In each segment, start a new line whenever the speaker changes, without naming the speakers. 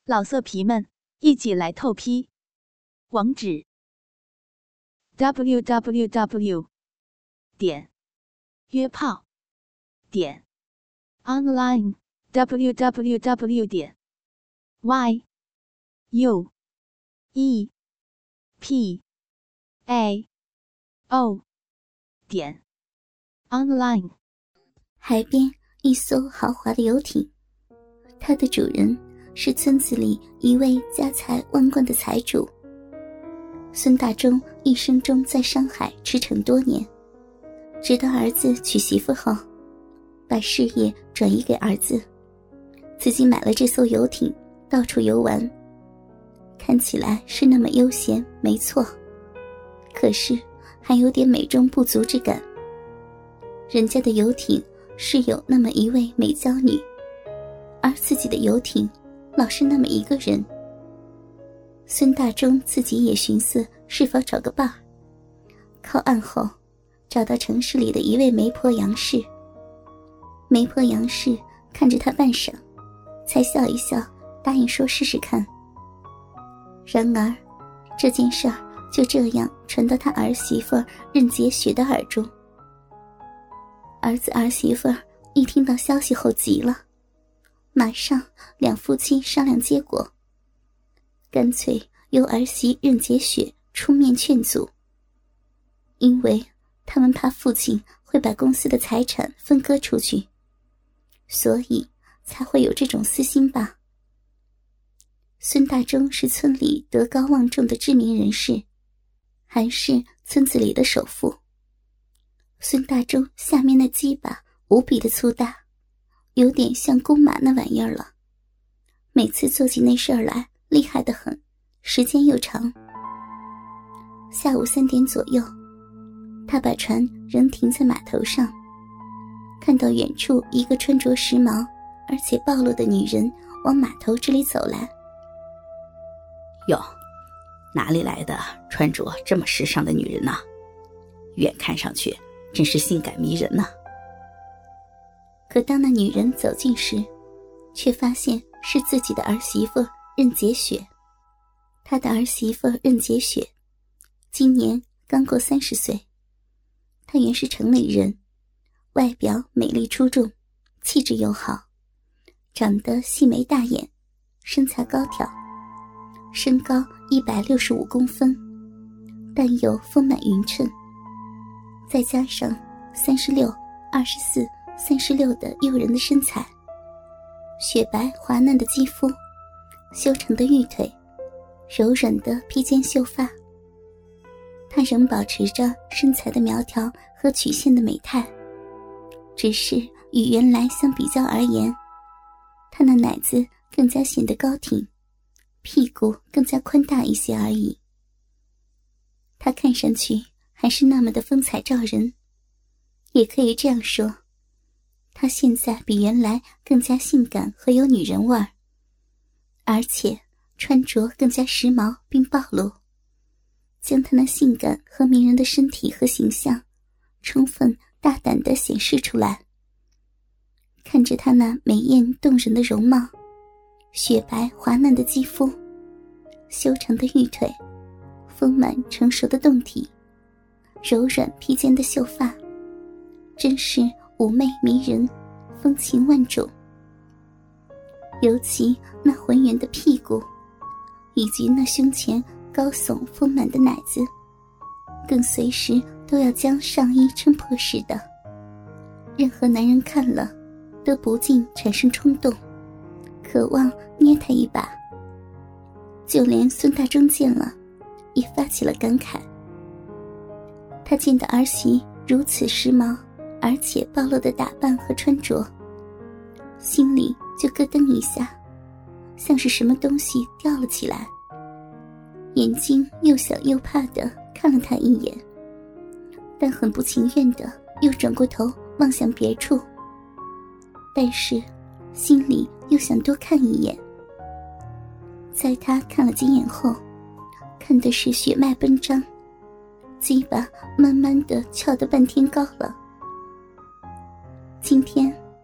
老色皮们，一起来透批！网址 www.约炮online www.yuepao.online。
海边一艘豪华的游艇，它的主人是村子里一位家财万贯的财主。孙大中一生中在上海驰骋多年，直到儿子娶媳妇后，把事业转移给儿子，自己买了这艘游艇到处游玩。看起来是那么悠闲，没错，可是还有点美中不足之感。人家的游艇是有那么一位美娇女，而自己的游艇老是那么一个人。孙大中自己也寻思是否找个伴儿，靠岸后找到城市里的一位媒婆杨氏。媒婆杨氏看着他半晌，才笑一笑，答应说试试看。然而这件事儿就这样传到他儿媳妇任洁雪的耳中。儿子儿媳妇一听到消息后急了，马上两夫妻商量结果，干脆由儿媳任洁雪出面劝阻，因为他们怕父亲会把公司的财产分割出去，所以才会有这种私心吧。孙大中是村里德高望重的知名人士，还是村子里的首富。孙大中下面那鸡巴无比的粗大，有点像公马那玩意儿了，每次做起那事儿来厉害得很，时间又长。下午3点左右，他把船仍停在码头上，看到远处一个穿着时髦而且暴露的女人往码头这里走来。
哟，哪里来的穿着这么时尚的女人呢？远看上去真是性感迷人呢。
可当那女人走近时，却发现是自己的儿媳妇任洁雪。他的儿媳妇任洁雪今年刚过30岁，她原是城里人，外表美丽出众，气质又好，长得细眉大眼，身材高挑，身高165公分，但有丰满匀称，再加上36、24、36的诱人的身材，雪白滑嫩的肌肤，修长的玉腿，柔软的披肩秀发，她仍保持着身材的苗条和曲线的美态，只是与原来相比较而言，她那奶子更加显得高挺，屁股更加宽大一些而已。她看上去还是那么的风采照人，也可以这样说，她现在比原来更加性感和有女人味儿，而且穿着更加时髦并暴露，将她那性感和迷人的身体和形象充分大胆地显示出来。看着她那美艳动人的容貌，雪白滑嫩的肌肤，修长的玉腿，丰满成熟的胴体，柔软披肩的秀发，真是妩媚迷人，风情万种。尤其那浑圆的屁股，以及那胸前高耸丰满的奶子，更随时都要将上衣撑破似的，任何男人看了都不禁产生冲动，渴望捏他一把。就连孙大中见了也发起了感慨，他见到儿媳如此时髦而且暴露的打扮和穿着，心里就咯噔一下，像是什么东西掉了起来，眼睛又想又怕地看了他一眼，但很不情愿地又转过头望向别处，但是心里又想多看一眼。在他看了几眼后，看的是血脉奔张，鸡巴慢慢地翘得半天高了。今天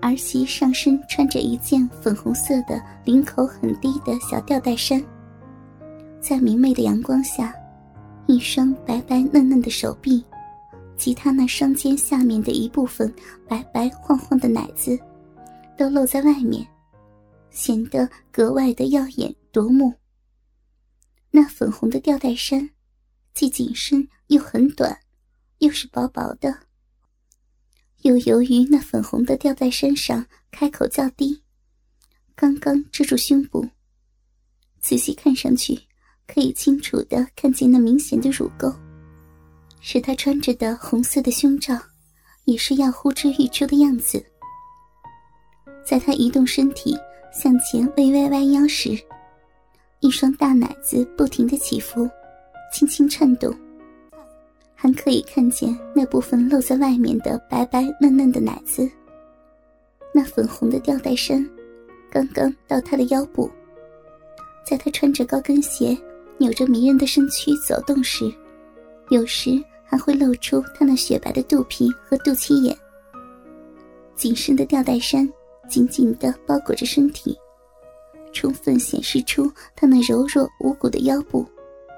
儿媳上身穿着一件粉红色的领口很低的小吊带衫，在明媚的阳光下，一双白白嫩嫩的手臂及她那双肩下面的一部分白白晃晃的奶子都露在外面，显得格外的耀眼夺目。那粉红的吊带衫既紧身又很短，又是薄薄的，又由于那粉红的吊带衫上开口较低，刚刚遮住胸部，仔细看上去可以清楚地看见那明显的乳沟，使她穿着的红色的胸罩也是要呼之欲出的样子。在她移动身体向前微微弯腰时，一双大奶子不停地起伏，轻轻颤动，还可以看见那部分露在外面的白白嫩嫩的奶子。那粉红的吊带衫刚刚到她的腰部，在她穿着高跟鞋扭着迷人的身躯走动时，有时还会露出她那雪白的肚皮和肚脐眼。紧身的吊带衫紧紧地包裹着身体，充分显示出她那柔弱无骨的腰部。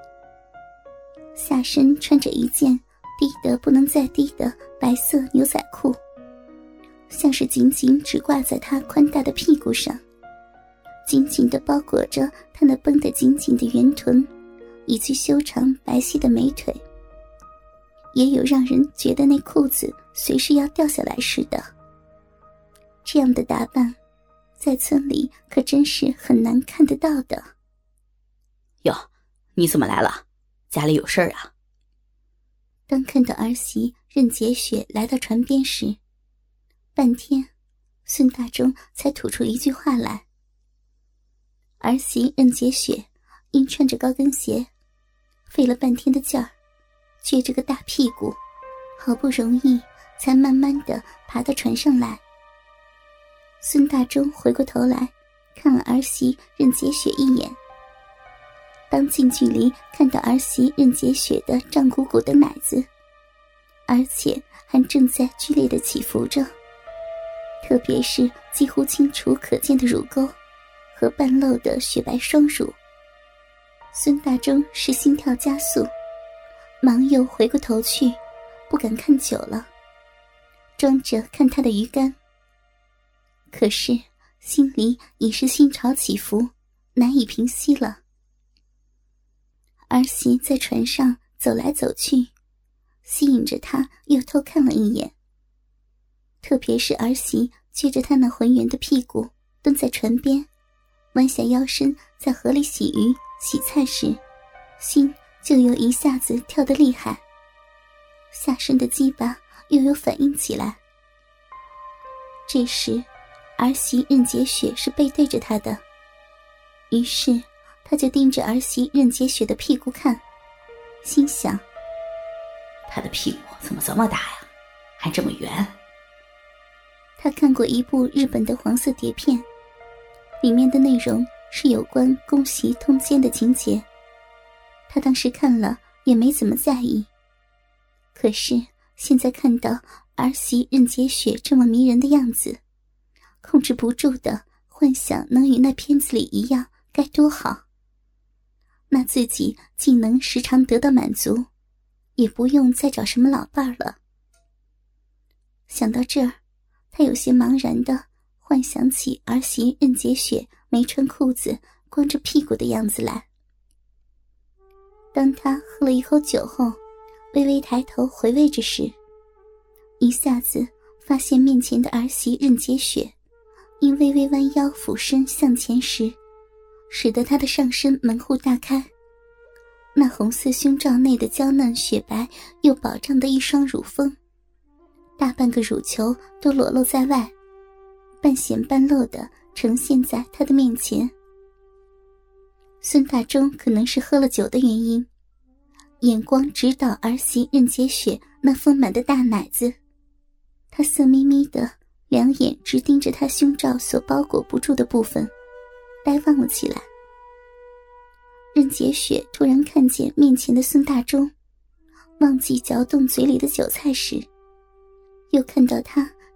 下身穿着一件低得不能再低的白色牛仔裤，像是紧紧只挂在她宽大的屁股上，紧紧地包裹着她那绷得紧紧的圆臀以及修长白皙的美腿，也有让人觉得那裤子随时要掉下来似的。这样的打扮在村里可真是很难看得到的。
哟，你怎么来了？家里有事儿啊？
当看到儿媳任洁雪来到船边时，半天孙大中才吐出一句话来。儿媳任洁雪因穿着高跟鞋，费了半天的劲儿，撅着个大屁股，好不容易才慢慢地爬到船上来。孙大中回过头来看了儿媳任洁雪一眼，当近距离看到儿媳任洁雪的胀鼓鼓的奶子，而且还正在剧烈的起伏着，特别是几乎清楚可见的乳沟和半露的雪白双乳，孙大中是心跳加速，忙又回过头去，不敢看久了，装着看他的鱼竿。可是心里已是心潮起伏，难以平息了。儿媳在船上走来走去，吸引着他又偷看了一眼，特别是儿媳撅着他那浑圆的屁股蹲在船边，弯下腰身在河里洗鱼洗菜时，心就又一下子跳得厉害，下身的鸡巴又有反应起来。这时儿媳任洁雪是背对着他的，于是他就盯着儿媳任洁雪的屁股看，心想，
她的屁股怎么这么大呀，还这么圆。
他看过一部日本的黄色碟片，里面的内容是有关宫袭通奸的情节，他当时看了也没怎么在意，可是现在看到儿媳任洁雪这么迷人的样子，控制不住的幻想能与那片子里一样该多好，那自己既能时常得到满足，也不用再找什么老伴了。想到这儿，他有些茫然地幻想起儿媳任洁雪没穿裤子光着屁股的样子来。当他喝了一口酒后，微微抬头回味着时，一下子发现面前的儿媳任洁雪因微微弯腰俯身向前时，使得她的上身门户大开，那红色胸罩内的娇嫩雪白又饱胀的一双乳峰，大半个乳球都裸露在外，半显半露地呈现在她的面前。孙大中可能是喝了酒的原因，眼光直捣儿媳任洁雪那丰满的大奶子，他色眯眯的两眼直盯着她胸罩所包裹不住的部分，呆望了起来。任洁雪突然看见面前的孙大中，忘记嚼动嘴里的韭菜时，又看到他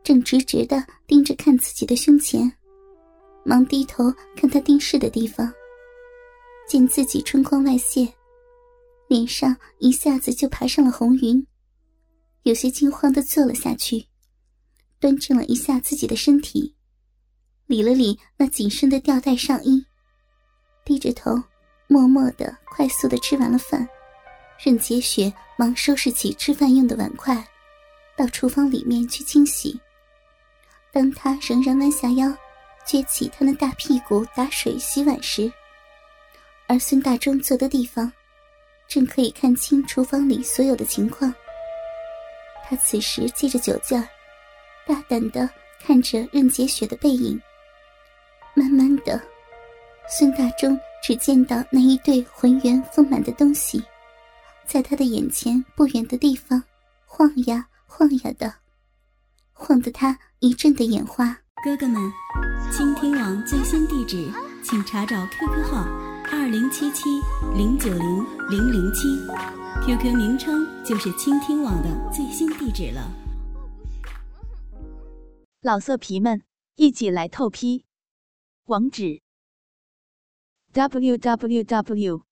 正直直地盯着看自己的胸前，忙低头看他盯视的地方，见自己春光外泄，脸上一下子就爬上了红云，有些惊慌地坐了下去，端正了一下自己的身体，理了理那紧身的吊带上衣，低着头默默地快速地吃完了饭。任洁雪忙收拾起吃饭用的碗筷，到厨房里面去清洗。当她仍然弯下腰撅起她那大屁股打水洗碗时，而孙大中坐的地方正可以看清厨房里所有的情况。他此时借着酒劲儿，大胆地看着任洁雪的背影。慢慢的，孙大中只见到那一对浑圆丰满的东西在他的眼前不远的地方晃呀晃呀的，晃得他一阵的眼花。
哥哥们，倾听网最新地址请查找 QQ 号2077090007， QQ 名称就是倾听网的最新地址了。
老色皮们，一起来透批！网址 www.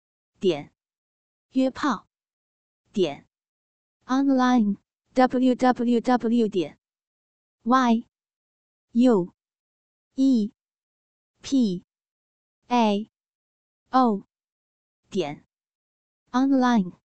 约炮online www.yuepao.online